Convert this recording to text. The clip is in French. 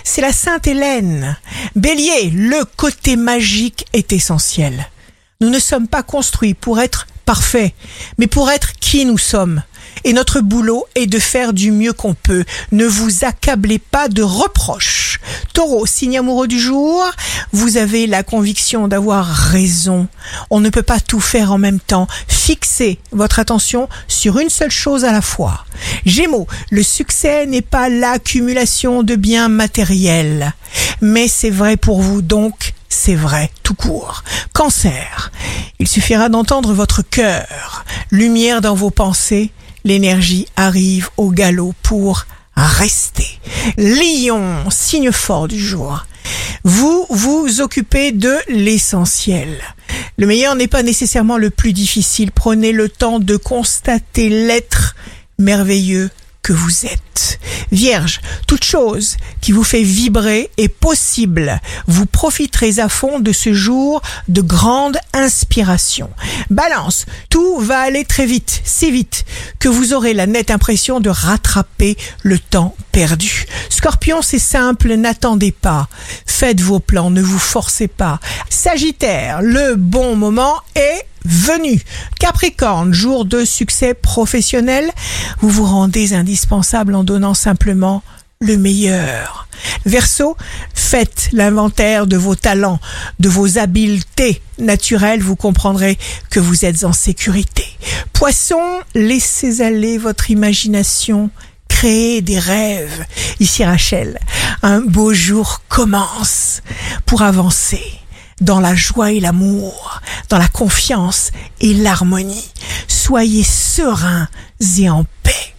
c'est la Sainte Hélène. Bélier, le côté magique est essentiel. Nous ne sommes pas construits pour être parfaits, mais pour être qui nous sommes. Et notre boulot est de faire du mieux qu'on peut. Ne vous accablez pas de reproches. Taureau, signe amoureux du jour, vous avez la conviction d'avoir raison. On ne peut pas tout faire en même temps. Fixez votre attention sur une seule chose à la fois. Gémeaux, le succès n'est pas l'accumulation de biens matériels. Mais c'est vrai pour vous, donc c'est vrai tout court. Cancer, il suffira d'entendre votre cœur. Lumière dans vos pensées. L'énergie arrive au galop pour rester. Lion, signe fort du jour. Vous vous occupez de l'essentiel. Le meilleur n'est pas nécessairement le plus difficile. Prenez le temps de constater l'être merveilleux que vous êtes. Vierge, toute chose qui vous fait vibrer est possible. Vous profiterez à fond de ce jour de grande inspiration. Balance, tout va aller très vite, si vite que vous aurez la nette impression de rattraper le temps perdu. Scorpion, c'est simple, n'attendez pas. Faites vos plans, ne vous forcez pas. Sagittaire, le bon moment est venu. Capricorne, jour de succès professionnel, vous vous rendez indispensable en donnant simplement le meilleur. Verseau, faites l'inventaire de vos talents, de vos habiletés naturelles, vous comprendrez que vous êtes en sécurité. Poisson, laissez aller votre imagination, créez des rêves. Ici Rachel, un beau jour commence pour avancer dans la joie et l'amour, dans la confiance et l'harmonie. Soyez sereins et en paix.